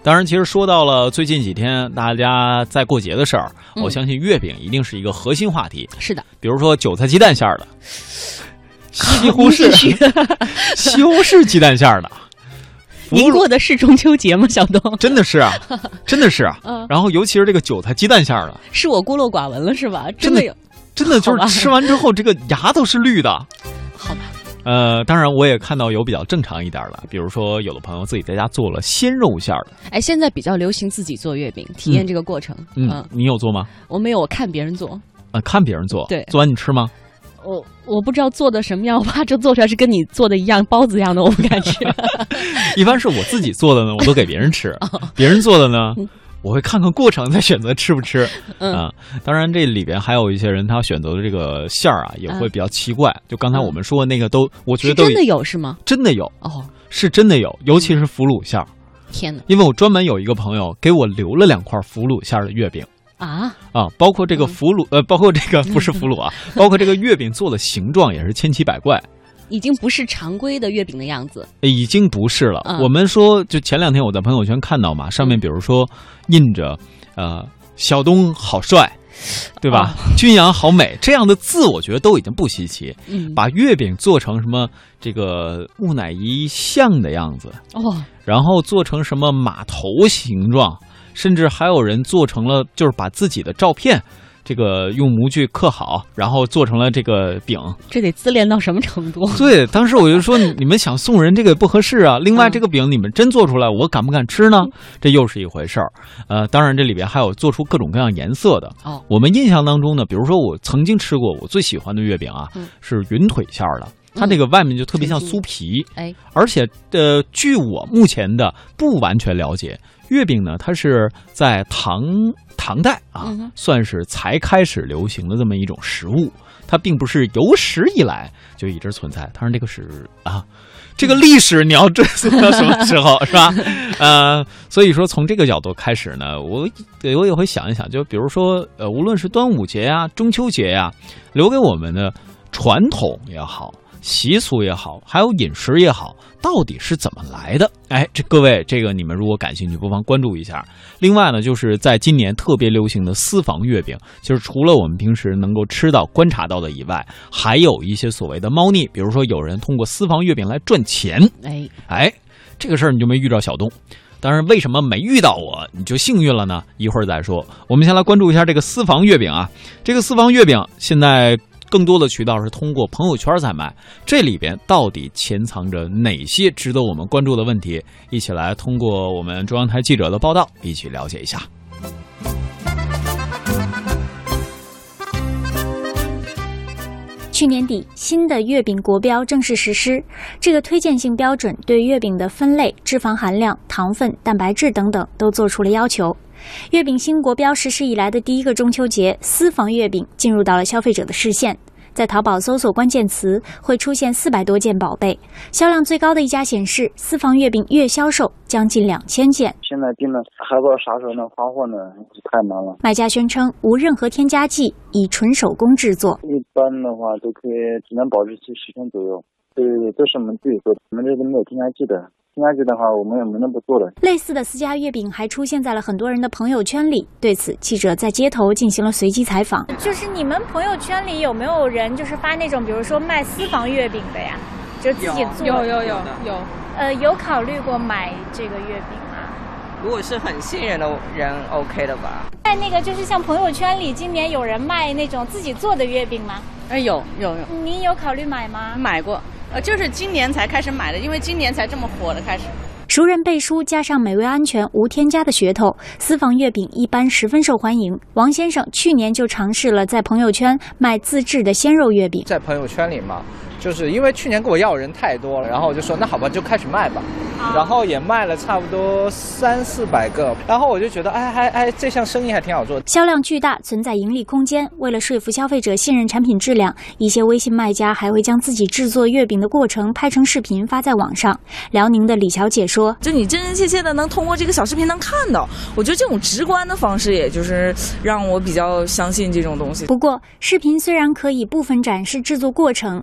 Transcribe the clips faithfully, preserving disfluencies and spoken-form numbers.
当然，其实说到了最近几天大家在过节的事儿，嗯、我相信月饼一定是一个核心话题。 是的， 比如说韭菜鸡蛋馅儿的，西红柿西红柿鸡蛋馅儿的。 您过的是中秋节吗，小东？ 真的是啊，真的是啊。嗯、然后尤其是这个韭菜鸡蛋馅儿的， 是我孤陋寡闻了是吧？真的有， 真的就是吃完之后这个牙都是绿的。 好吧。 呃，当然我也看到有比较正常一点的，比如说有的朋友自己在家做了鲜肉馅儿的。 哎，现在比较流行自己做月饼，体验这个过程。 嗯，嗯你有做吗？ 我没有，我看别人做。 呃，看别人做， 对， 做完你吃吗？ 我我不知道做的什么样，我怕这做出来是跟你做的一样包子一样的，我不敢吃。 一般是我自己做的呢，我都给别人吃；别人做的呢，我会看看过程再选择吃不吃。嗯、啊，当然这里边还有一些人他选择的这个馅儿啊，也会比较奇怪。嗯、就刚才我们说的那个都，我觉得都真的有是吗？ 真的有哦， 是真的有，尤其是腐乳馅儿。 天哪！ 因为我专门有一个朋友给我留了两块腐乳馅儿的月饼。 啊啊，包括这个腐乳，呃，包括这个不是腐乳啊，包括这个月饼做的形状也是千奇百怪， 已经不是常规的月饼的样子， 已经不是了。嗯、我们说，就前两天我在朋友圈看到嘛，上面比如说印着呃小东好帅，对吧？哦、君阳好美这样的字，我觉得都已经不稀奇。嗯，把月饼做成什么这个木乃伊像的样子哦，然后做成什么马头形状。甚至还有人做成了，就是把自己的照片，这个用模具刻好，然后做成了这个饼。 这得自恋到什么程度？ 对，当时我就说，你们想送人这个不合适啊。另外，这个饼你们真做出来，我敢不敢吃呢？这又是一回事儿。呃，当然这里边还有做出各种各样颜色的。哦，我们印象当中呢，比如说我曾经吃过我最喜欢的月饼啊，嗯、是云腿馅儿的。它这个外面就特别像酥皮，哎，而且呃，据我目前的不完全了解，月饼呢，它是在唐唐代啊，嗯、算是才开始流行的这么一种食物，它并不是有史以来就一直存在。当然，这个是啊，这个历史你要追溯到什么时候是吧？呃，所以说从这个角度开始呢，我我也会想一想，就比如说呃，无论是端午节呀、中秋节呀，留给我们的传统也好。习俗也好，还有饮食也好，到底是怎么来的？哎，这各位，这个你们如果感兴趣，不妨关注一下。另外呢，就是在今年特别流行的私房月饼，就是除了我们平时能够吃到、观察到的以外，还有一些所谓的猫腻，比如说有人通过私房月饼来赚钱。哎哎，这个事儿你就没遇到小东。当然，为什么没遇到我，你就幸运了呢？一会儿再说。我们先来关注一下这个私房月饼啊，这个私房月饼现在。更多的渠道是通过朋友圈在卖，这里边到底潜藏着哪些值得我们关注的问题？一起来通过我们中央台记者的报道，一起了解一下。 去年底，新的月饼国标正式实施。这个推荐性标准对月饼的分类、脂肪含量、糖分、蛋白质等等都做出了要求。月饼新国标实施以来的第一个中秋节，私房月饼进入到了消费者的视线。在淘宝搜索关键词会出现四百多件宝贝，销量最高的一家显示，私房月饼月销售将近两千件。 现在订了，还不知道啥时候能发货呢，太难了。 买家宣称无任何添加剂，以纯手工制作。 一般的话都可以，只能保质期十天左右。对对对，都是我们自己做的，我们这个没有添加剂的。添加剂的话，我们也没那么做了。 类似的私家月饼还出现在了很多人的朋友圈里。对此，记者在街头进行了随机采访。 就是你们朋友圈里有没有人就是发那种，比如说卖私房月饼的呀？就自己做。 有有有有。 呃，有考虑过买这个月饼吗？ 如果是很信任的人 ，OK 的吧。 在那个就是像朋友圈里，今年有人卖那种自己做的月饼吗？ 哎，有有有。 您有考虑买吗？ 买过。呃，就是今年才开始买的，因为今年才这么火的开始。 熟人背书加上美味安全、无添加的噱头，私房月饼一般十分受欢迎。王先生去年就尝试了在朋友圈卖自制的鲜肉月饼。 在朋友圈里嘛，就是因为去年给我要人太多了，然后我就说那好吧，就开始卖吧。然后也卖了差不多三四百个，然后我就觉得，哎，还哎，这项生意还挺好做的， 销量巨大，存在盈利空间。为了说服消费者信任产品质量，一些微信卖家还会将自己制作月饼的过程拍成视频发在网上。辽宁的李小姐说：“ 就你真真切切的能通过这个小视频能看到，我觉得这种直观的方式，也就是让我比较相信这种东西。” 不过，视频虽然可以部分展示制作过程，但是对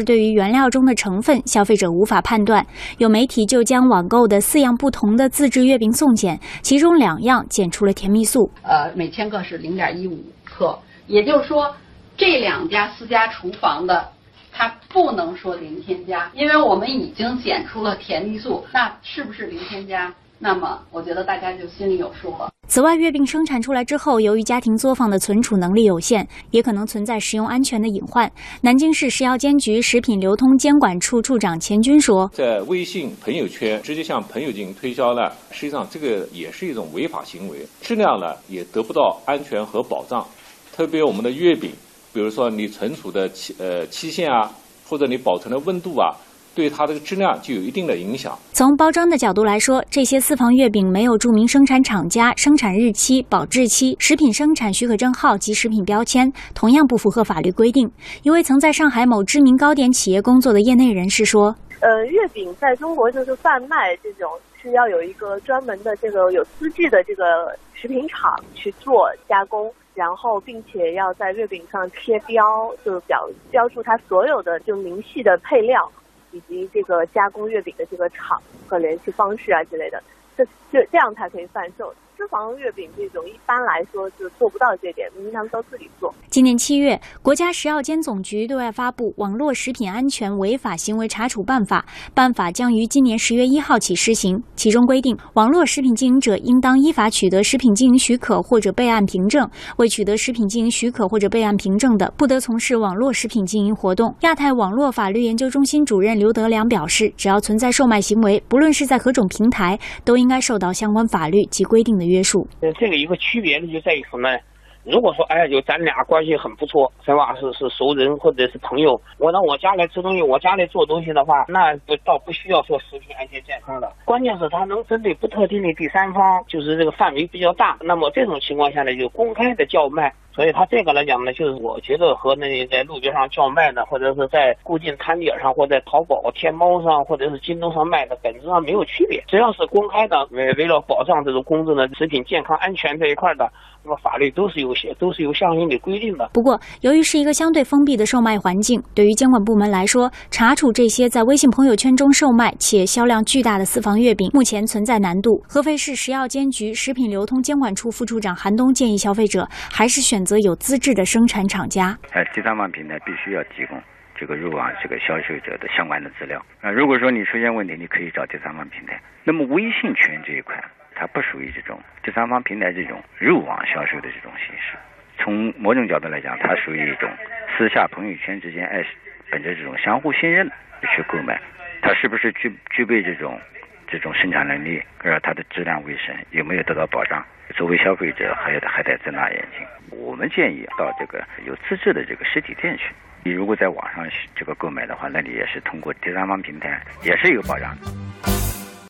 对于原料中的成分，消费者无法判断。有媒体就将网购的四样不同的自制月饼送检，其中两样检出了甜蜜素， 呃，每千克是零点一五克，也就是说，这两家私家厨房的。它不能说零添加，因为我们已经检出了甜蜜素，那是不是零添加？那么我觉得大家就心里有数了。 此外，月饼生产出来之后，由于家庭作坊的存储能力有限，也可能存在食用安全的隐患。南京市食药监局食品流通监管处处长钱军说， 在微信朋友圈直接向朋友进行推销呢，实际上这个也是一种违法行为，质量呢也得不到安全和保障。特别我们的月饼，比如说你存储的期呃期限啊，或者你保存的温度啊，对它这个质量就有一定的影响。 从包装的角度来说，这些私房月饼没有注明生产厂家、生产日期、保质期、食品生产许可证号及食品标签，同样不符合法律规定。一位曾在上海某知名糕点企业工作的业内人士说， 呃，月饼在中国就是贩卖这种是要有一个专门的这个有资质的这个食品厂去做加工。然后，并且要在月饼上贴标，就标标注它所有的就明细的配料，以及这个加工月饼的这个厂和联系方式啊之类的，这这这样才可以贩售。私房月饼这种一般来说就做不到这点，因为他们都自己做。 今年七月，国家食药监总局对外发布《网络食品安全违法行为查处办法》，办法将于今年十月一号起施行。其中规定，网络食品经营者应当依法取得食品经营许可或者备案凭证，未取得食品经营许可或者备案凭证的，不得从事网络食品经营活动。亚太网络法律研究中心主任刘德良表示，只要存在售卖行为，不论是在何种平台，都应该受到相关法律及规定的约束。 这个一个区别呢，就在于什么呢？如果说哎，就咱俩关系很不错，是吧？是是熟人或者是朋友，我到我家来吃东西，我家来做东西的话，那不倒不需要说食品安全健康的。关键是它能针对不特定的第三方，就是这个范围比较大。那么这种情况下呢，就公开的叫卖。所以它这个来讲呢，就是我觉得和那在路边上叫卖的，或者是在固定摊点上，或者在淘宝、天猫上，或者是京东上卖的，本质上没有区别。只要是公开的，为为了保障这种公众的食品健康安全这一块的，那么法律都是有些都是有相应的规定的。 不过，由于是一个相对封闭的售卖环境，对于监管部门来说，查处这些在微信朋友圈中售卖且销量巨大的私房月饼，目前存在难度。合肥市食药监局食品流通监管处副处长韩东建议消费者还是选择有资质的生产厂家。 呃，第三方平台必须要提供这个入网这个消费者的相关的资料啊、呃。如果说你出现问题，你可以找第三方平台。那么微信群这一块，它不属于这种第三方平台这种入网销售的这种形式。从某种角度来讲，它属于一种私下朋友圈之间，哎，本着这种相互信任去购买，它是不是具具备这种这种生产能力，呃，它的质量卫生有没有得到保障？作为消费者还要还得睁大眼睛。我们建议到这个有资质的这个实体店去。你如果在网上这个购买的话，那你也是通过第三方平台，也是有保障的。